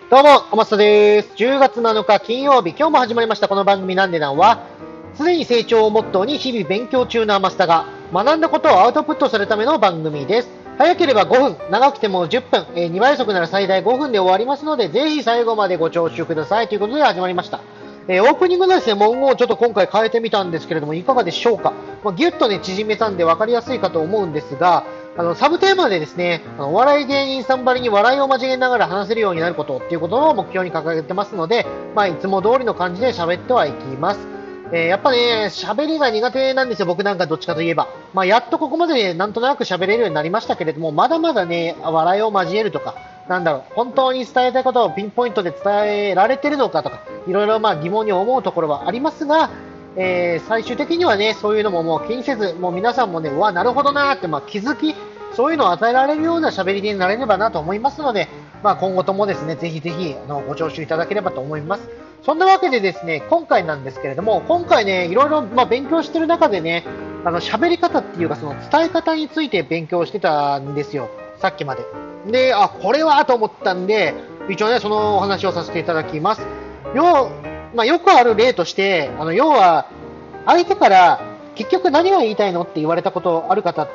どうも、天下です。10月7日金曜日、今日も始まりましたこの番組なんでなんは、常に成長をモットーに日々勉強中の天下が学んだことをアウトプットするための番組です。早ければ5分、長くても10分、2倍速なら最大5分で終わりますので、ぜひ最後までご聴取くださいということで始まりました。オープニングのですね、文言をちょっと今回変えてみたんですけれども、いかがでしょうか。ギュッとね、縮めたんで分かりやすいかと思うんですが、サブテーマでですね、お笑い芸人さんばりに笑いを交えながら話せるようになることっていうことを目標に掲げてますので、いつも通りの感じで喋ってはいきます。やっぱね、喋りが苦手なんですよ、僕なんかどっちかといえば。やっとここまでね、なんとなく喋れるようになりましたけれども、まだまだね、笑いを交えるとか、本当に伝えたいことをピンポイントで伝えられてるのかとか、いろいろ疑問に思うところはありますが、最終的にはね、そういうのももう気にせず、もう皆さんもね、うわ、なるほどなーって、気づき、そういうのを与えられるような喋り手になれればなと思いますので、今後ともですね、ぜひぜひご聴取いただければと思います。そんなわけでですね、今回なんですけれども、今回ね、いろいろ勉強してる中でね、喋り方っていうか、その伝え方について勉強してたんですよ、さっきまで。で、これはと思ったんで、一応ね、そのお話をさせていただきます。よくある例として、要は、相手から結局何が言いたいのって言われたことある方って、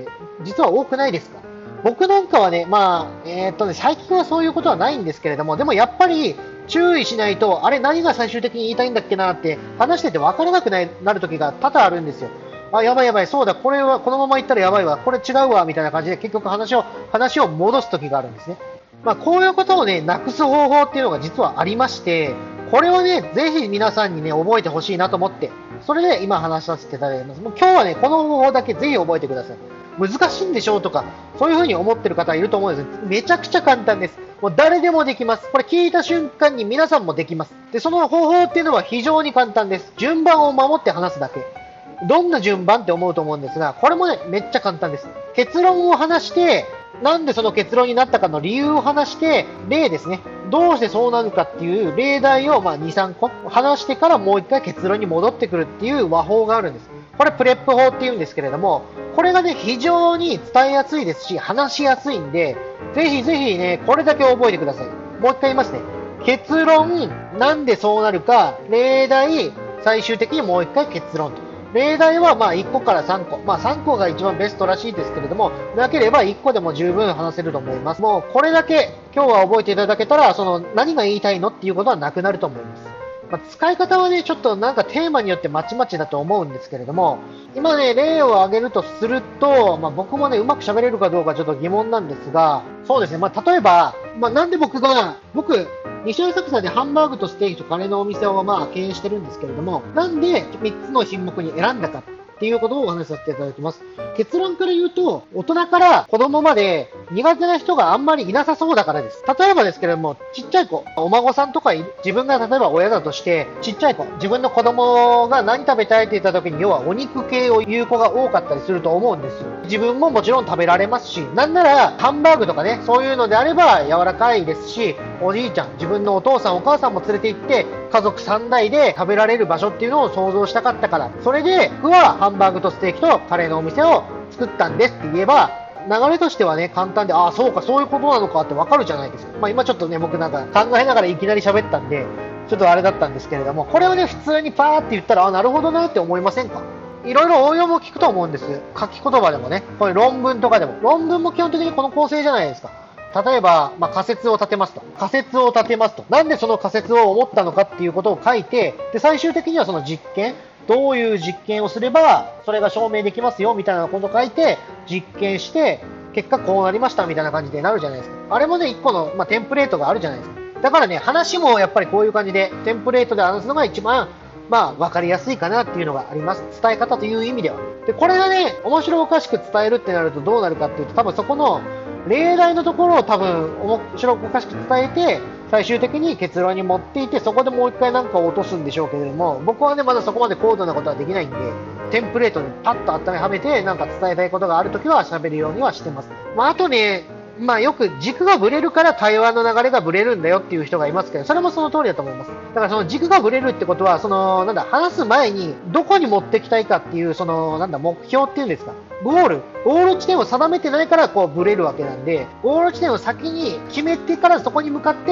実は多くないですか？僕なんかはね、最近はそういうことはないんですけれども、でもやっぱり注意しないと、あれ何が最終的に言いたいんだっけなって話してて分からなくなる時が多々あるんですよ。やばいやばい、そうだ、これはこのまま言ったらやばいわ、これ違うわ、みたいな感じで結局話を戻す時があるんですね。こういうことをね、なくす方法っていうのが実はありまして、これをね、ぜひ皆さんにね、覚えてほしいなと思って、それで今話させていただいてます。もう今日はね、この方法だけぜひ覚えてください。難しいんでしょうとか、そういう風に思ってる方いると思うんです。めちゃくちゃ簡単です。もう誰でもできます。これ聞いた瞬間に皆さんもできます。で、その方法っていうのは非常に簡単です。順番を守って話すだけ。どんな順番って思うと思うんですが、これもね、めっちゃ簡単です。結論を話して、なんでその結論になったかの理由を話して、例ですね。どうしてそうなるかっていう例題を2、3個話してからもう一回結論に戻ってくるっていう和法があるんです。これプレップ法って言うんですけれども、これがね、非常に伝えやすいですし、話しやすいんで、ぜひぜひね、これだけ覚えてください。もう一回言いますね。結論、なんでそうなるか、例題、最終的にもう一回結論と。例題は1個から3個。3個が一番ベストらしいですけれども、なければ1個でも十分話せると思います。もうこれだけ今日は覚えていただけたら、何が言いたいのっていうことはなくなると思います。使い方はね、ちょっとなんかテーマによってまちまちだと思うんですけれども、今ね、例を挙げるとすると、僕もね、うまく喋れるかどうかちょっと疑問なんですが、そうですね、例えば、なんで僕、西浅草でハンバーグとステーキとカレーのお店を経営してるんですけれども、なんで3つの品目に選んだかっていうことをお話しさせていただきます。結論から言うと、大人から子供まで苦手な人があんまりいなさそうだからです。例えばですけれども、ちっちゃい子、お孫さんとか自分が例えば親だとして、ちっちゃい子、自分の子供が何食べたいって言った時に、要はお肉系を言う子が多かったりすると思うんですよ。自分ももちろん食べられますし、なんならハンバーグとかね、そういうのであれば柔らかいですし、おじいちゃん、自分のお父さんお母さんも連れて行って、家族3代で食べられる場所っていうのを想像したかったから、それで僕はハンバーグとステーキとカレーのお店を作ったんですって言えば、流れとしてはね、簡単で、そうか、そういうことなのかってわかるじゃないですか。今ちょっとね、僕なんか考えながらいきなり喋ったんで、ちょっとあれだったんですけれども、これをね、普通にパーって言ったら、なるほどなって思いませんか？いろいろ応用も聞くと思うんです。書き言葉でもね、これ論文とかでも。論文も基本的にこの構成じゃないですか。例えば、仮説を立てますと。仮説を立てますと。なんでその仮説を思ったのかっていうことを書いて、で、最終的にはその実験、どういう実験をすれば、それが証明できますよ、みたいなことを書いて、実験して、結果こうなりました、みたいな感じでなるじゃないですか。あれもね、一個の、テンプレートがあるじゃないですか。だからね、話もやっぱりこういう感じで、テンプレートで話すのが一番、わかりやすいかなっていうのがあります。伝え方という意味では。で、これがね、面白おかしく伝えるってなるとどうなるかっていうと、多分そこの、例題のところを多分面白おかしく伝えて、最終的に結論に持っていて、そこでもう一回なんか落とすんでしょうけれども、僕はね、まだそこまで高度なことはできないんで、テンプレートにパッと温めはめて、なんか伝えたいことがあるときは喋るようにはしてます。あとね、よく軸がぶれるから会話の流れがぶれるんだよっていう人がいますけど、それもその通りだと思います。だからその軸がぶれるってことは、話す前にどこに持ってきたいかっていう、目標っていうんですか。ゴール地点を定めてないからこうブレるわけなんで、ゴール地点を先に決めてからそこに向かって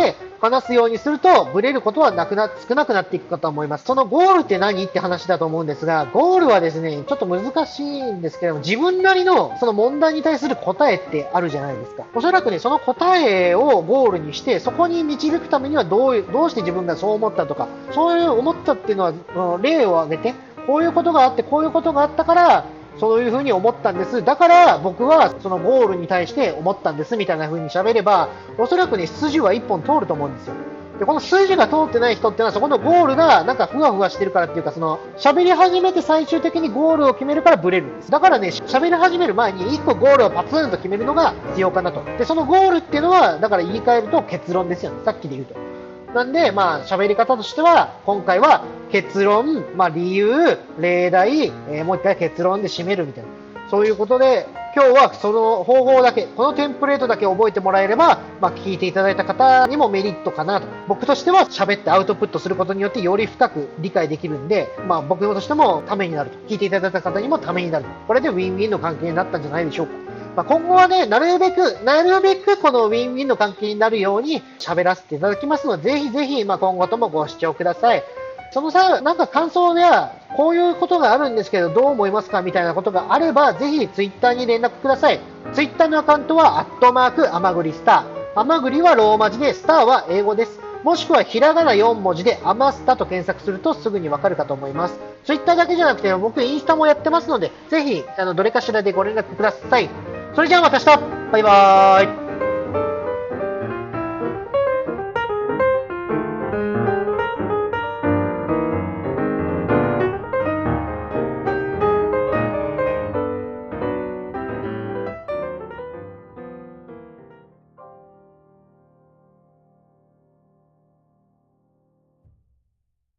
話すようにすると、ブレることは少なくなっていくかと思います。そのゴールって何って話だと思うんですが、ゴールはですね、ちょっと難しいんですけども、自分なりのその問題に対する答えってあるじゃないですか。おそらくね、その答えをゴールにして、そこに導くためにはどうして自分がそう思ったとか、そういう思ったっていうのは、例を挙げて、こういうことがあって、こういうことがあったから、そういうふうに思ったんです。だから僕はそのゴールに対して思ったんですみたいな風に喋れば、おそらくね、筋は一本通ると思うんですよ。で、この筋が通ってない人ってのはそこのゴールがなんかふわふわしてるからっていうか、その喋り始めて最終的にゴールを決めるからブレるんです。だからね、喋り始める前に一個ゴールをパツンと決めるのが必要かなと。で、そのゴールっていうのは、だから言い換えると結論ですよね。さっきで言うと。なんで、まあ、喋り方としては、今回は結論、まあ、理由、例題、もう一回結論で締めるみたいな。そういうことで、今日はその方法だけ、このテンプレートだけ覚えてもらえれば、まあ、聞いていただいた方にもメリットかなと。僕としては喋ってアウトプットすることによってより深く理解できるんで、まあ、僕としてもためになると。聞いていただいた方にもためになると。これでウィンウィンの関係になったんじゃないでしょうか。まあ、今後はね、なるべくこのウィンウィンの関係になるように喋らせていただきますので、ぜひぜひ、まあ、今後ともご視聴ください。その際、なんか感想や、こういうことがあるんですけど、どう思いますかみたいなことがあれば、ぜひツイッターに連絡ください。ツイッターのアカウントは、アマグリスター。アマグリはローマ字で、スターは英語です。もしくはひらがな4文字でアマスタと検索するとすぐにわかるかと思います。ツイッターだけじゃなくて僕インスタもやってますので、ぜひどれかしらでご連絡ください。それじゃあまた明日バイバーイ。